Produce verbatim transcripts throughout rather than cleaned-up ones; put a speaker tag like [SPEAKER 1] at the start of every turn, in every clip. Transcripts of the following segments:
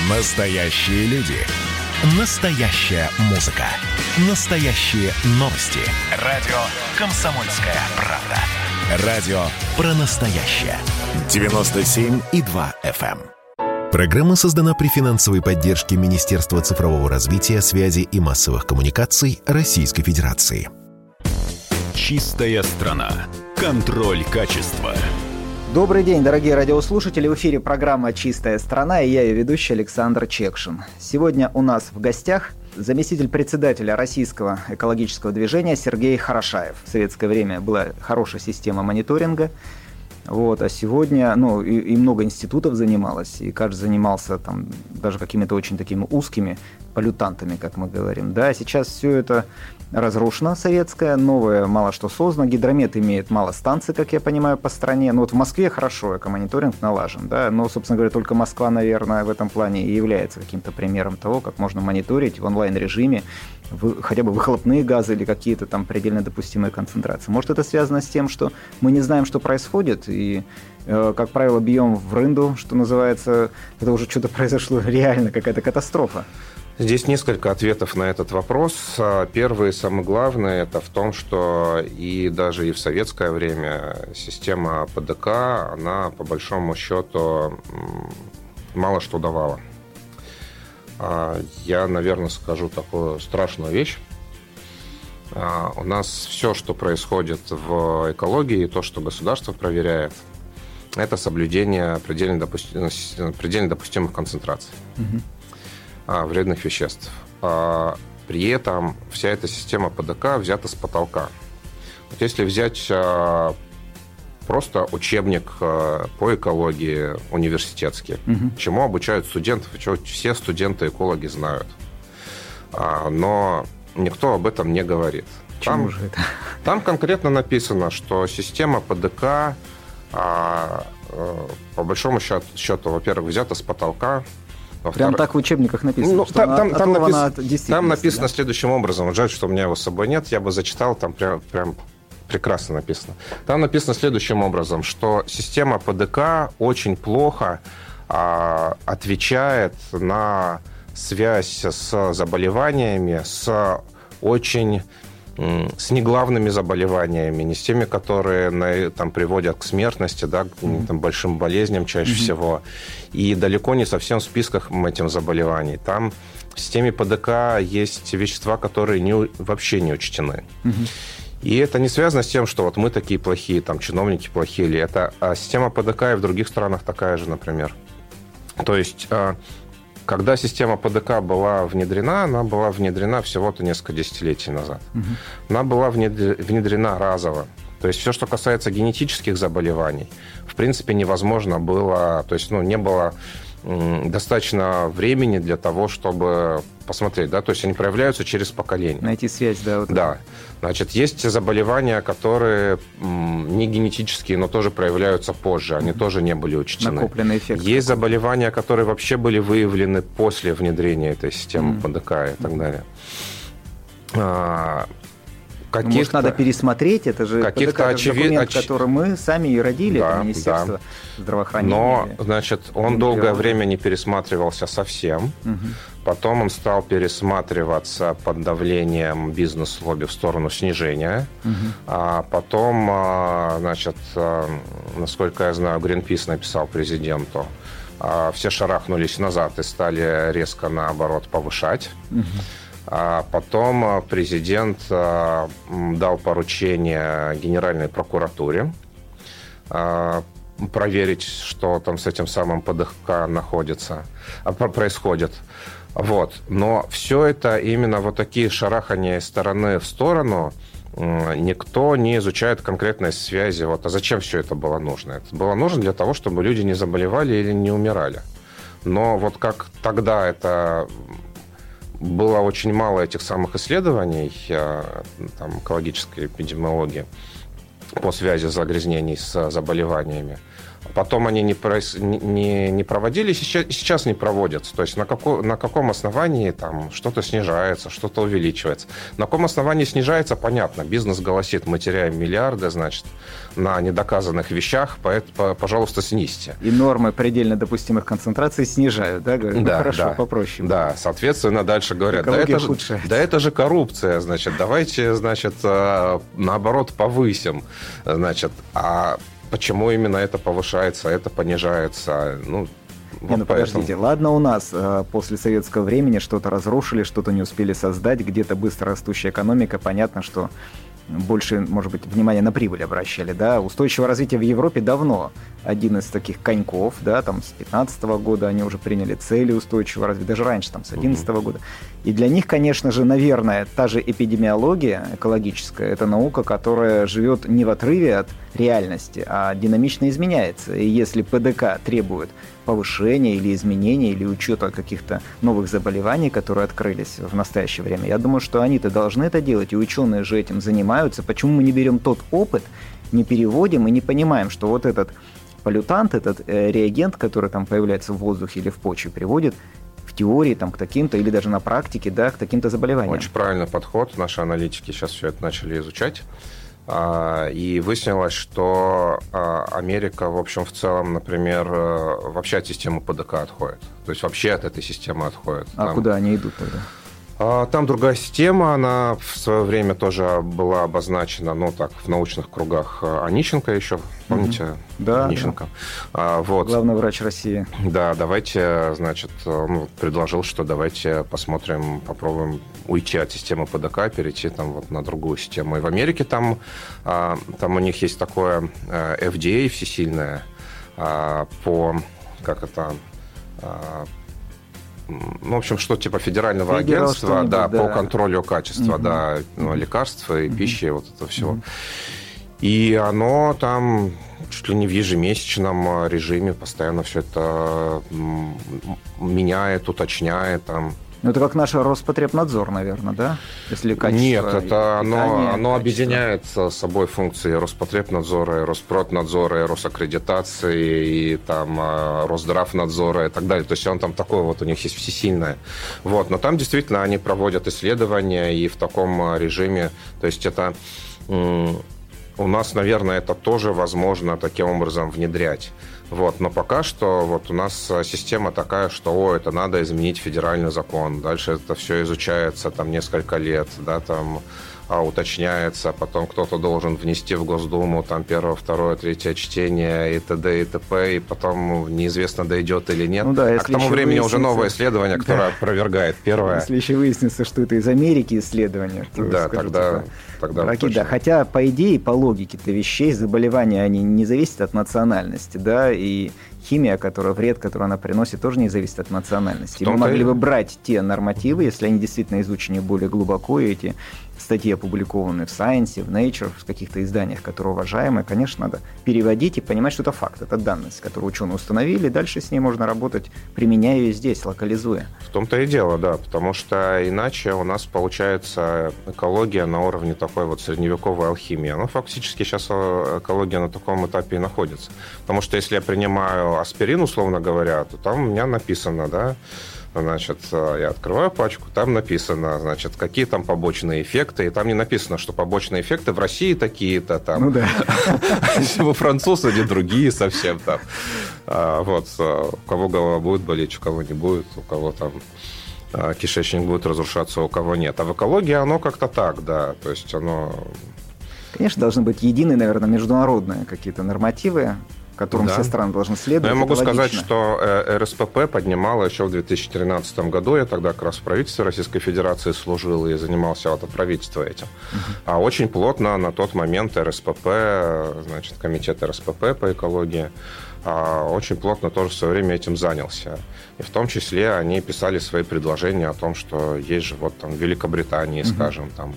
[SPEAKER 1] Настоящие люди. Настоящая музыка. Настоящие новости. Радио «Комсомольская правда». Радио про настоящее. девяносто семь и два эф эм. Программа создана при финансовой поддержке Министерства цифрового развития, связи и массовых коммуникаций Российской Федерации.
[SPEAKER 2] Чистая страна. Контроль качества.
[SPEAKER 3] Добрый день, дорогие радиослушатели. В эфире программа «Чистая страна» и я, ее ведущий Александр Чекшин. Сегодня у нас в гостях заместитель председателя Российского экологического движения Сергей Хорошаев. В советское время была хорошая система мониторинга. Вот, а сегодня, ну, и, и много институтов занималось, и каждый занимался там даже какими-то очень такими узкими полютантами, как мы говорим. Да, сейчас все это разрушено, советское, новое мало что создано. Гидромет имеет мало станций, как я понимаю, по стране. Ну вот в Москве хорошо экомониторинг налажен, да, но, собственно говоря, только Москва, наверное, в этом плане и является каким-то примером того, как можно мониторить в онлайн-режиме вы, хотя бы выхлопные газы или какие-то там предельно допустимые концентрации. Может, это связано с тем, что мы не знаем, что происходит, и, э, как правило, бьем в рынду, что называется, это уже что-то произошло, реально какая-то катастрофа.
[SPEAKER 4] Здесь несколько ответов на этот вопрос. Первый, самый главный, это в том, что и даже и в советское время система ПДК, она по большому счету мало что давала. Я, наверное, скажу такую страшную вещь. У нас все, что происходит в экологии, то, что государство проверяет, это соблюдение предельно, допусти... предельно допустимых концентраций. Угу. Вредных веществ. При этом вся эта система ПДК взята с потолка. Вот если взять просто учебник по экологии университетский, угу. чему обучают студентов, что все студенты-экологи знают. Но никто об этом не говорит. Там, же это? Там конкретно написано, что система ПДК по большому счету, во-первых, взята с потолка.
[SPEAKER 3] Прям так в учебниках написано,
[SPEAKER 4] ну,
[SPEAKER 3] что
[SPEAKER 4] там, там, там,
[SPEAKER 3] напис...
[SPEAKER 4] там написано да? следующим образом. Жаль, что у меня его с собой нет, я бы зачитал, там прям, прям прекрасно написано. Там написано следующим образом, что система ПДК очень плохо а, отвечает на связь с заболеваниями, с очень... с неглавными заболеваниями, не с теми, которые там, приводят к смертности, да, к там, большим болезням чаще mm-hmm. всего, и далеко не совсем в списках этих заболеваний. Там в системе ПДК есть вещества, которые не, вообще не учтены. Mm-hmm. И это не связано с тем, что вот мы такие плохие, там, чиновники плохие, или это а система ПДК и в других странах такая же, например. То есть... Когда система ПДК была внедрена, она была внедрена всего-то несколько десятилетий назад. Угу. Она была внедрена разово. То есть все, что касается генетических заболеваний, в принципе, невозможно было, то есть ну, не было м, достаточно времени для того, чтобы посмотреть, да, то есть они проявляются через поколение.
[SPEAKER 3] Найти связь, да. Вот
[SPEAKER 4] да. Значит, есть заболевания, которые м, не генетические, но тоже проявляются позже, они mm-hmm. тоже не были учтены.
[SPEAKER 3] Накопленный эффект.
[SPEAKER 4] Есть заболевания, которые вообще были выявлены после внедрения этой системы mm-hmm. ПДК и так далее. А,
[SPEAKER 3] ну, может, надо пересмотреть, это же
[SPEAKER 4] каких-то
[SPEAKER 3] ПДК,
[SPEAKER 4] очевид...
[SPEAKER 3] документ,
[SPEAKER 4] оч...
[SPEAKER 3] который мы сами и родили,
[SPEAKER 4] да,
[SPEAKER 3] это Министерство
[SPEAKER 4] да.
[SPEAKER 3] здравоохранения.
[SPEAKER 4] Но, значит, он долгое время не пересматривался совсем. Угу. Потом он стал пересматриваться под давлением бизнес-лобби в сторону снижения. Угу. А потом, значит, насколько я знаю, Greenpeace написал президенту, все шарахнулись назад и стали резко, наоборот, повышать. Угу. А потом президент дал поручение Генеральной прокуратуре проверить, что там с этим самым ПДК находится, происходит. Вот. Но все это именно вот такие шарахания из стороны в сторону, никто не изучает конкретной связи. Вот. А зачем все это было нужно? Это было нужно для того, чтобы люди не заболевали или не умирали. Но вот как тогда это... Было очень мало этих самых исследований там, экологической эпидемиологии по связи загрязнений с заболеваниями. Потом они не, не, не проводились, сейчас не проводятся. То есть на, како, на каком основании там что-то снижается, что-то увеличивается. На каком основании снижается, понятно. Бизнес голосит, мы теряем миллиарды, значит, на недоказанных вещах, поэтому, пожалуйста, снизьте.
[SPEAKER 3] И нормы предельно допустимых концентраций снижают, да? Говорят,
[SPEAKER 4] да,
[SPEAKER 3] ну, хорошо,
[SPEAKER 4] да,
[SPEAKER 3] попроще.
[SPEAKER 4] Да, соответственно, дальше говорят, да это, же, да это же коррупция, значит, давайте, значит, наоборот, повысим, значит, а почему именно это повышается, это понижается? Ну,
[SPEAKER 3] не, ну подождите, ладно, у нас э, после советского времени что-то разрушили, что-то не успели создать, где-то быстро растущая экономика, понятно, что больше, может быть, внимания на прибыль обращали, да, устойчивое развитие в Европе давно один из таких коньков, да, там с пятнадцатого года они уже приняли цели устойчивого развития, даже раньше, там, с одиннадцатого года. И для них, конечно же, наверное, та же эпидемиология экологическая, это наука, которая живет не в отрыве от реальности, а динамично изменяется. И если ПДК требует повышения или изменения, или учета каких-то новых заболеваний, которые открылись в настоящее время, я думаю, что они-то должны это делать, и ученые же этим занимаются. Почему мы не берем тот опыт, не переводим и не понимаем, что вот этот поллютант, этот э, реагент, который там появляется в воздухе или в почве, приводит в теории там, к таким-то, или даже на практике, да, к таким-то заболеваниям.
[SPEAKER 4] Очень правильный подход. Наши аналитики сейчас все это начали изучать. И выяснилось, что Америка, в общем, в целом, например, вообще от системы ПДК отходит. То есть вообще от этой системы отходит.
[SPEAKER 3] А
[SPEAKER 4] Там...
[SPEAKER 3] куда они идут тогда?
[SPEAKER 4] Там другая система, она в свое время тоже была обозначена, ну, так, в научных кругах Онищенко еще, помните? Mm-hmm.
[SPEAKER 3] Да,
[SPEAKER 4] Онищенко.
[SPEAKER 3] Да.
[SPEAKER 4] А, вот.
[SPEAKER 3] Главный врач России.
[SPEAKER 4] Да, давайте, значит, он предложил, что давайте посмотрим, попробуем уйти от системы ПДК, перейти там вот на другую систему. И в Америке там, там у них есть такое эф ди эй всесильное по, как это... Ну, в общем, что типа федерального Федерал агентства да, да. по контролю качества угу. да, ну, лекарств и угу. пищи, вот это всего. Угу. И оно там чуть ли не в ежемесячном режиме постоянно все это меняет, уточняет. Там.
[SPEAKER 3] Ну, это как наш Роспотребнадзор, наверное, да? Если качество...
[SPEAKER 4] Нет, это питания, оно, оно
[SPEAKER 3] качество...
[SPEAKER 4] объединяет с собой функции Роспотребнадзора, Роспроднадзора, Росаккредитации, и там Росздравнадзора и так далее. То есть он там такое вот у них есть всесильное. Вот. Но там действительно они проводят исследования и в таком режиме. То есть это... У нас, наверное, это тоже возможно таким образом внедрять. Вот. Но пока что вот у нас система такая, что о, это надо изменить федеральный закон. Дальше это все изучается там несколько лет, да, там а, уточняется, потом кто-то должен внести в Госдуму там первое, второе, третье чтение и т.д. и т.п. И потом неизвестно, дойдет или нет. Ну, да, а к тому времени выяснится... уже новое исследование, которое да. опровергает первое.
[SPEAKER 3] Если еще выяснится, что это из Америки исследование, то
[SPEAKER 4] да,
[SPEAKER 3] скажите,
[SPEAKER 4] тогда... Тогда
[SPEAKER 3] Враги, да. Хотя, по идее, по логике-то вещей, заболевания, они не зависят от национальности, да, и химия, которая вред, который она приносит, тоже не зависит от национальности. Мы могли бы брать те нормативы, если они действительно изучены более глубоко, и эти статьи опубликованы в Science, в Nature, в каких-то изданиях, которые уважаемые, конечно, надо переводить и понимать, что это факт, это данность, которую ученые установили, и дальше с ней можно работать, применяя ее здесь, локализуя.
[SPEAKER 4] В том-то и дело, да, потому что иначе у нас получается экология на уровне такой вот средневековой алхимии. Она фактически сейчас экология на таком этапе и находится. Потому что если я принимаю аспирин, условно говоря, то там у меня написано, да, значит, я открываю пачку, там написано, значит, какие там побочные эффекты, и там не написано, что побочные эффекты в России такие-то там.
[SPEAKER 3] Ну да.
[SPEAKER 4] У французов они другие совсем там. Вот, у кого голова будет болеть, у кого не будет, у кого там кишечник будет разрушаться, у кого нет. А в экологии оно как-то так, да, то есть оно...
[SPEAKER 3] Конечно, должны быть единые, наверное, международные какие-то нормативы, которым да. все страны должны следовать.
[SPEAKER 4] Но я могу
[SPEAKER 3] это
[SPEAKER 4] сказать,
[SPEAKER 3] логично.
[SPEAKER 4] что эр эс пэ пэ поднимала еще в две тысячи тринадцатом году. Я тогда как раз в правительстве Российской Федерации служил и занимался вот правительством этим. Uh-huh. А очень плотно на тот момент эр эс пэ пэ, значит, комитет эр эс пэ пэ по экологии, очень плотно тоже в свое время этим занялся. И в том числе они писали свои предложения о том, что есть же вот там в Великобритании, uh-huh. скажем, там...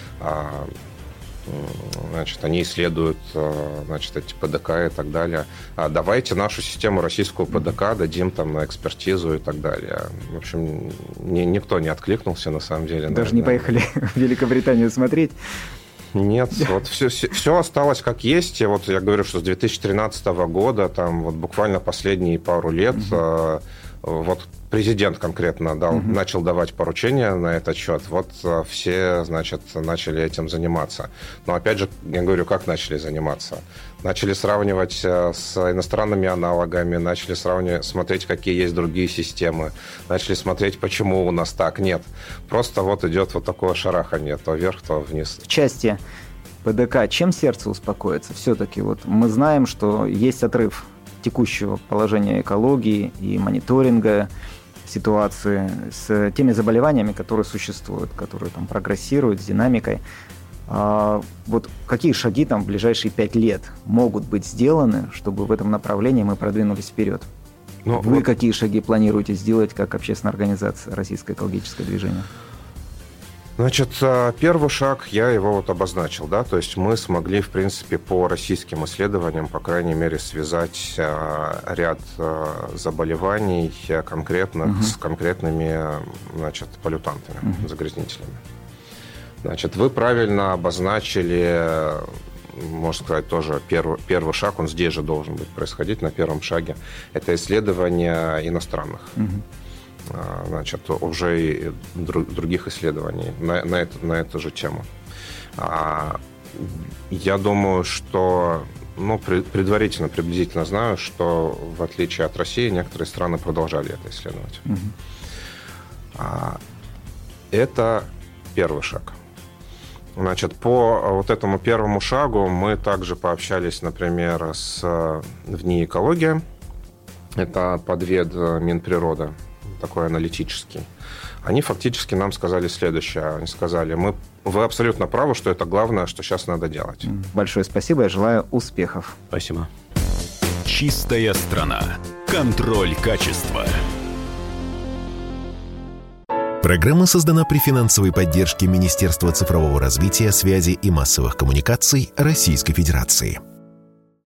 [SPEAKER 4] Значит, они исследуют, значит, эти ПДК и так далее. А давайте нашу систему российского ПДК дадим там на экспертизу и так далее. В общем, ни, никто не откликнулся, на самом деле.
[SPEAKER 3] Даже наверное. Не поехали в Великобританию смотреть.
[SPEAKER 4] Нет, вот все, все осталось как есть. И вот я говорю, что с две тысячи тринадцатого года, там вот буквально последние пару лет, mm-hmm. вот президент конкретно дал, mm-hmm. начал давать поручения на этот счет. Вот все, значит, начали этим заниматься. Но опять же, я говорю, как начали заниматься? Начали сравнивать с иностранными аналогами, начали сравнивать, смотреть, какие есть другие системы, начали смотреть, почему у нас так. Нет, просто вот идет вот такое шараханье, то вверх, то вниз.
[SPEAKER 3] В части ПДК чем сердце успокоится? Все-таки вот мы знаем, что есть отрыв текущего положения экологии и мониторинга ситуации с теми заболеваниями, которые существуют, которые там прогрессируют с динамикой. А вот какие шаги там в ближайшие пять лет могут быть сделаны, чтобы в этом направлении мы продвинулись вперед? Ну, Вы вот... какие шаги планируете сделать как общественная организация «Российское экологическое движение»?
[SPEAKER 4] Значит, первый шаг, я его вот обозначил, да, то есть мы смогли, в принципе, по российским исследованиям, по крайней мере, связать ряд заболеваний конкретных угу. с конкретными, значит, поллютантами, угу. загрязнителями. Значит, вы правильно обозначили, можно сказать, тоже первый, первый шаг, он здесь же должен быть происходить, на первом шаге, это исследование иностранных. Угу. Значит, уже и других исследований на, на, это, на эту же тему. Я думаю, что, ну, предварительно, приблизительно знаю, что в отличие от России, некоторые страны продолжали это исследовать. Угу. Это первый шаг. Значит, по вот этому первому шагу мы также пообщались, например, с в НИИ «Экология». Это подвед Минприроды, такой аналитический. Они фактически нам сказали следующее. Они сказали, мы, вы абсолютно правы, что это главное, что сейчас надо делать.
[SPEAKER 3] Большое спасибо, я желаю успехов.
[SPEAKER 4] Спасибо.
[SPEAKER 2] Чистая страна. Контроль качества.
[SPEAKER 1] Программа создана при финансовой поддержке Министерства цифрового развития, связи и массовых коммуникаций Российской Федерации.